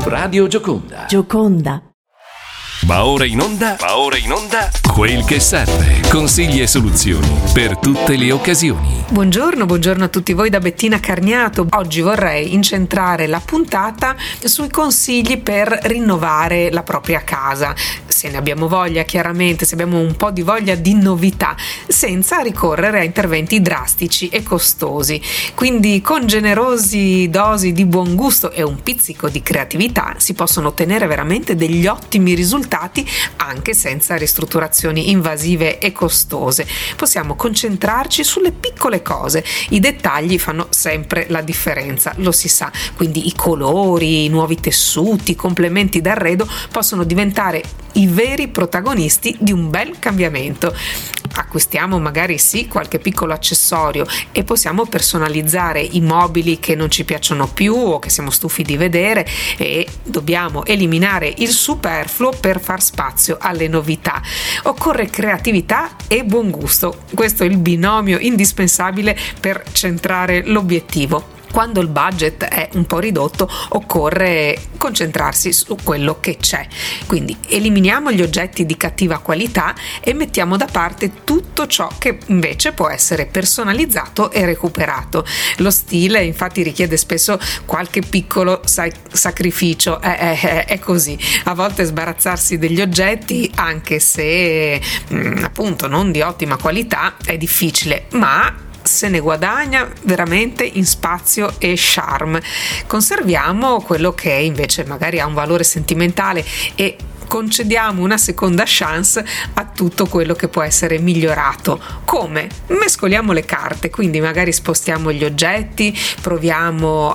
Radio Gioconda. Gioconda. Va ora in onda, quel che serve. Consigli e soluzioni per tutte le occasioni. Buongiorno a tutti voi da Bettina Carniato. Oggi vorrei incentrare la puntata sui consigli per rinnovare la propria casa. Se ne abbiamo voglia, chiaramente, se abbiamo un po' di voglia di novità, senza ricorrere a interventi drastici e costosi. Quindi con generosi dosi di buon gusto e un pizzico di creatività si possono ottenere veramente degli ottimi risultati anche senza ristrutturazioni invasive e costose. Possiamo concentrarci sulle piccole cose. I dettagli fanno sempre la differenza, lo si sa. Quindi i colori, i nuovi tessuti, i complementi d'arredo possono diventare i veri protagonisti di un bel cambiamento. Acquistiamo magari sì qualche piccolo accessorio e possiamo personalizzare i mobili che non ci piacciono più o che siamo stufi di vedere, e dobbiamo eliminare il superfluo per far spazio alle novità. Occorre creatività e buon gusto. Questo è il binomio indispensabile per centrare l'obiettivo. Quando il budget è un po' ridotto, occorre concentrarsi su quello che c'è. Quindi eliminiamo gli oggetti di cattiva qualità e mettiamo da parte tutto ciò che invece può essere personalizzato e recuperato. Lo stile infatti richiede spesso qualche piccolo sacrificio, è così. A volte sbarazzarsi degli oggetti, anche se appunto non di ottima qualità, è difficile, ma se ne guadagna veramente in spazio e charme. Conserviamo quello che invece magari ha un valore sentimentale e concediamo una seconda chance a tutto quello che può essere migliorato. Come? Mescoliamo le carte, quindi magari spostiamo gli oggetti, proviamo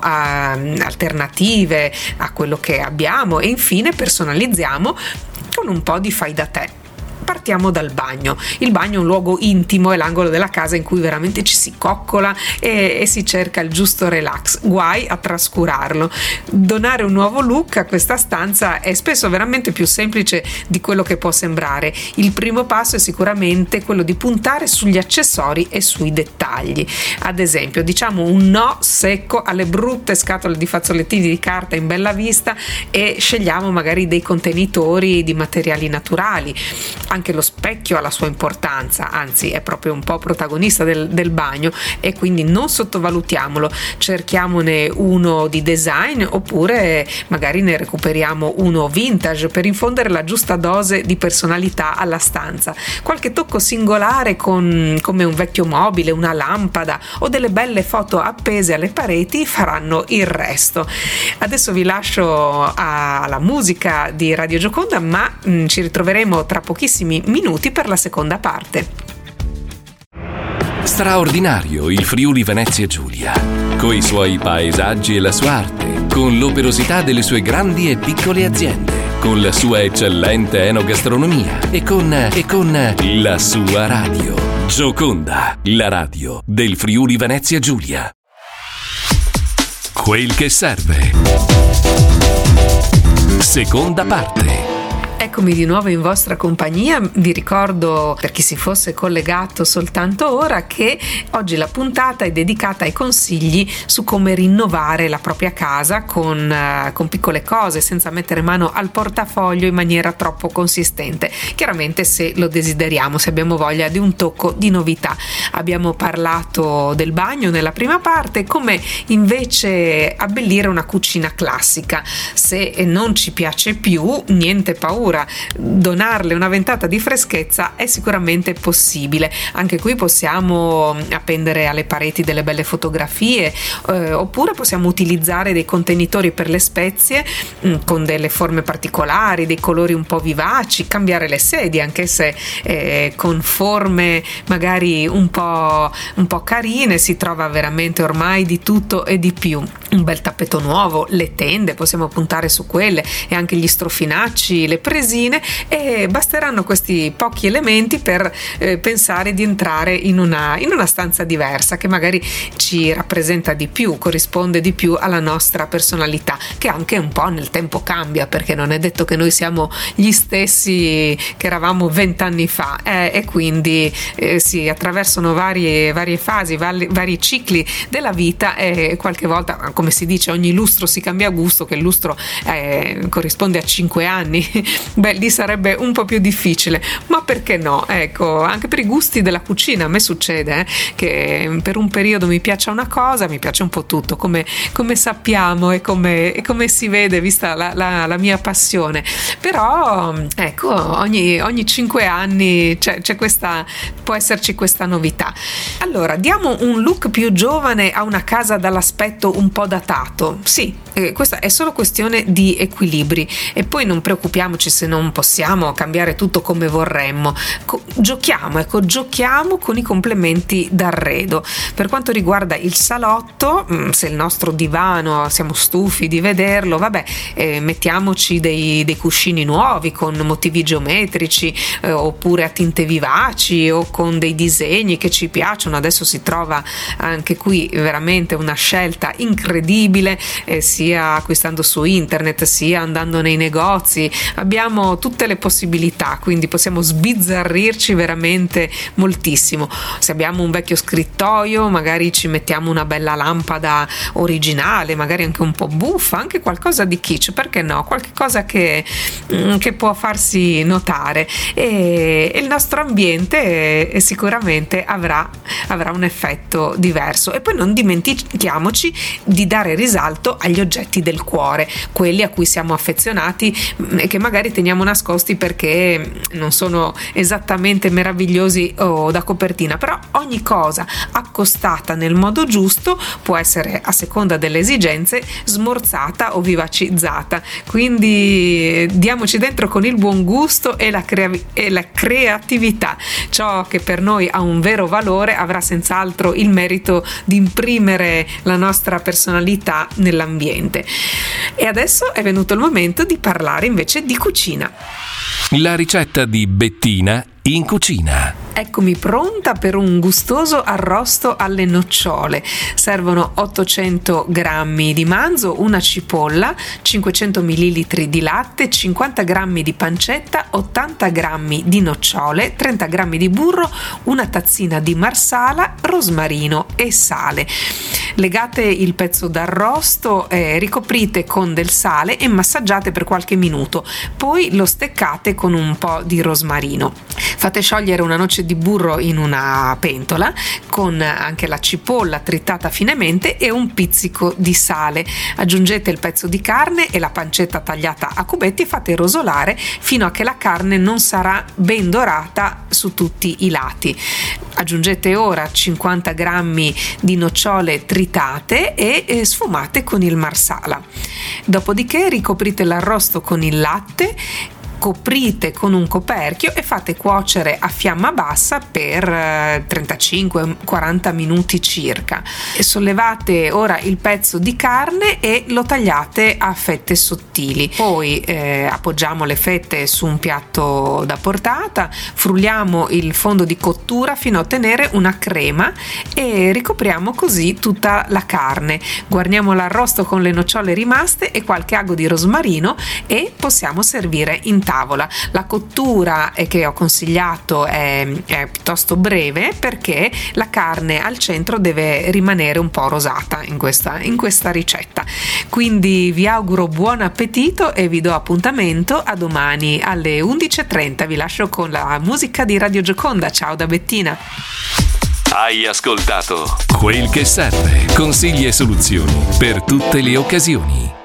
alternative a quello che abbiamo e infine personalizziamo con un po' di fai da te. Partiamo dal bagno. Il bagno è un luogo intimo, è l'angolo della casa in cui veramente ci si coccola e si cerca il giusto relax. Guai a trascurarlo. Donare un nuovo look a questa stanza è spesso veramente più semplice di quello che può sembrare. Il primo passo è sicuramente quello di puntare sugli accessori e sui dettagli. Ad esempio, diciamo un no secco alle brutte scatole di fazzolettini di carta in bella vista e scegliamo magari dei contenitori di materiali naturali. Anche lo specchio ha la sua importanza, anzi è proprio un po' protagonista del bagno, e quindi non sottovalutiamolo. Cerchiamone uno di design oppure magari ne recuperiamo uno vintage per infondere la giusta dose di personalità alla stanza. Qualche tocco singolare come un vecchio mobile, una lampada o delle belle foto appese alle pareti faranno il resto. Adesso vi lascio alla musica di Radio Gioconda, ma ci ritroveremo tra pochissimi minuti per la seconda parte. Straordinario il Friuli Venezia Giulia, coi suoi paesaggi e la sua arte, con l'operosità delle sue grandi e piccole aziende, con la sua eccellente enogastronomia e con la sua radio. Gioconda, la radio del Friuli Venezia Giulia. Quel che serve. Seconda parte. Eccomi di nuovo in vostra compagnia. Vi ricordo, per chi si fosse collegato soltanto ora, che oggi la puntata è dedicata ai consigli su come rinnovare la propria casa con piccole cose, senza mettere mano al portafoglio in maniera troppo consistente. Chiaramente se lo desideriamo, se abbiamo voglia di un tocco di novità. Abbiamo parlato del bagno nella prima parte, come invece abbellire una cucina classica. Se non ci piace più, niente paura, donarle una ventata di freschezza è sicuramente possibile. Anche qui possiamo appendere alle pareti delle belle fotografie, oppure possiamo utilizzare dei contenitori per le spezie con delle forme particolari, dei colori un po' vivaci, cambiare le sedie anche se con forme magari un po' carine. Si trova veramente ormai di tutto e di più. Un bel tappeto nuovo, le tende possiamo puntare su quelle, e anche gli strofinacci, le prese resine, e basteranno questi pochi elementi per pensare di entrare in una stanza diversa che magari ci rappresenta di più, corrisponde di più alla nostra personalità, che anche un po' nel tempo cambia, perché non è detto che noi siamo gli stessi che eravamo 20 anni fa, e quindi si attraversano varie fasi, vari cicli della vita, e qualche volta, come si dice, ogni lustro si cambia gusto, che il lustro corrisponde a 5 anni. Beh, lì sarebbe un po' più difficile, ma perché no? Ecco, anche per i gusti della cucina a me succede che per un periodo mi piace una cosa, mi piace un po' tutto, come sappiamo e come si vede, vista la mia passione. Però ecco, ogni 5 anni c'è questa, può esserci questa novità. Allora, diamo un look più giovane a una casa dall'aspetto un po' datato. Sì, questa è solo questione di equilibri, e poi non preoccupiamoci se non possiamo cambiare tutto come vorremmo. Giochiamo con i complementi d'arredo. Per quanto riguarda il salotto, se il nostro divano siamo stufi di vederlo, mettiamoci dei cuscini nuovi con motivi geometrici, oppure a tinte vivaci, o con dei disegni che ci piacciono. Adesso si trova anche qui veramente una scelta incredibile, sia acquistando su internet sia andando nei negozi. Abbiamo tutte le possibilità, quindi possiamo sbizzarrirci veramente moltissimo. Se abbiamo un vecchio scrittoio, magari ci mettiamo una bella lampada originale, magari anche un po' buffa, anche qualcosa di kitsch, perché no? Qualche cosa che può farsi notare, e il nostro ambiente sicuramente avrà un effetto diverso. E poi non dimentichiamoci di dare risalto agli oggetti del cuore, quelli a cui siamo affezionati e che magari teniamo nascosti perché non sono esattamente meravigliosi o da copertina, però ogni cosa accostata nel modo giusto può essere, a seconda delle esigenze, smorzata o vivacizzata. Quindi diamoci dentro con il buon gusto e la creatività. Ciò che per noi ha un vero valore avrà senz'altro il merito di imprimere la nostra personalità nell'ambiente. E adesso è venuto il momento di parlare invece di cucina. La ricetta di Bettina in cucina. Eccomi pronta per un gustoso arrosto alle nocciole. Servono 800 g di manzo, una cipolla, 500 ml di latte, 50 g di pancetta, 80 g di nocciole, 30 g di burro, una tazzina di marsala, rosmarino e sale. Legate il pezzo d'arrosto, ricoprite con del sale e massaggiate per qualche minuto, poi lo steccate con un po' di rosmarino. Fate sciogliere una noce di burro in una pentola con anche la cipolla tritata finemente e un pizzico di sale. Aggiungete il pezzo di carne e la pancetta tagliata a cubetti e fate rosolare fino a che la carne non sarà ben dorata su tutti i lati. Aggiungete ora 50 g di nocciole tritate e sfumate con il marsala. Dopodiché ricoprite l'arrosto con il latte, coprite con un coperchio e fate cuocere a fiamma bassa per 35-40 minuti circa. E sollevate ora il pezzo di carne e lo tagliate a fette sottili. Poi appoggiamo le fette su un piatto da portata, frulliamo il fondo di cottura fino a ottenere una crema e ricopriamo così tutta la carne. Guarniamo l'arrosto con le nocciole rimaste e qualche ago di rosmarino e possiamo servire in tavola. La cottura che ho consigliato è piuttosto breve, perché la carne al centro deve rimanere un po' rosata in questa ricetta. Quindi vi auguro buon appetito e vi do appuntamento a domani alle 11:30. Vi lascio con la musica di Radio Gioconda. Ciao da Bettina. Hai ascoltato Quel che serve, consigli e soluzioni per tutte le occasioni.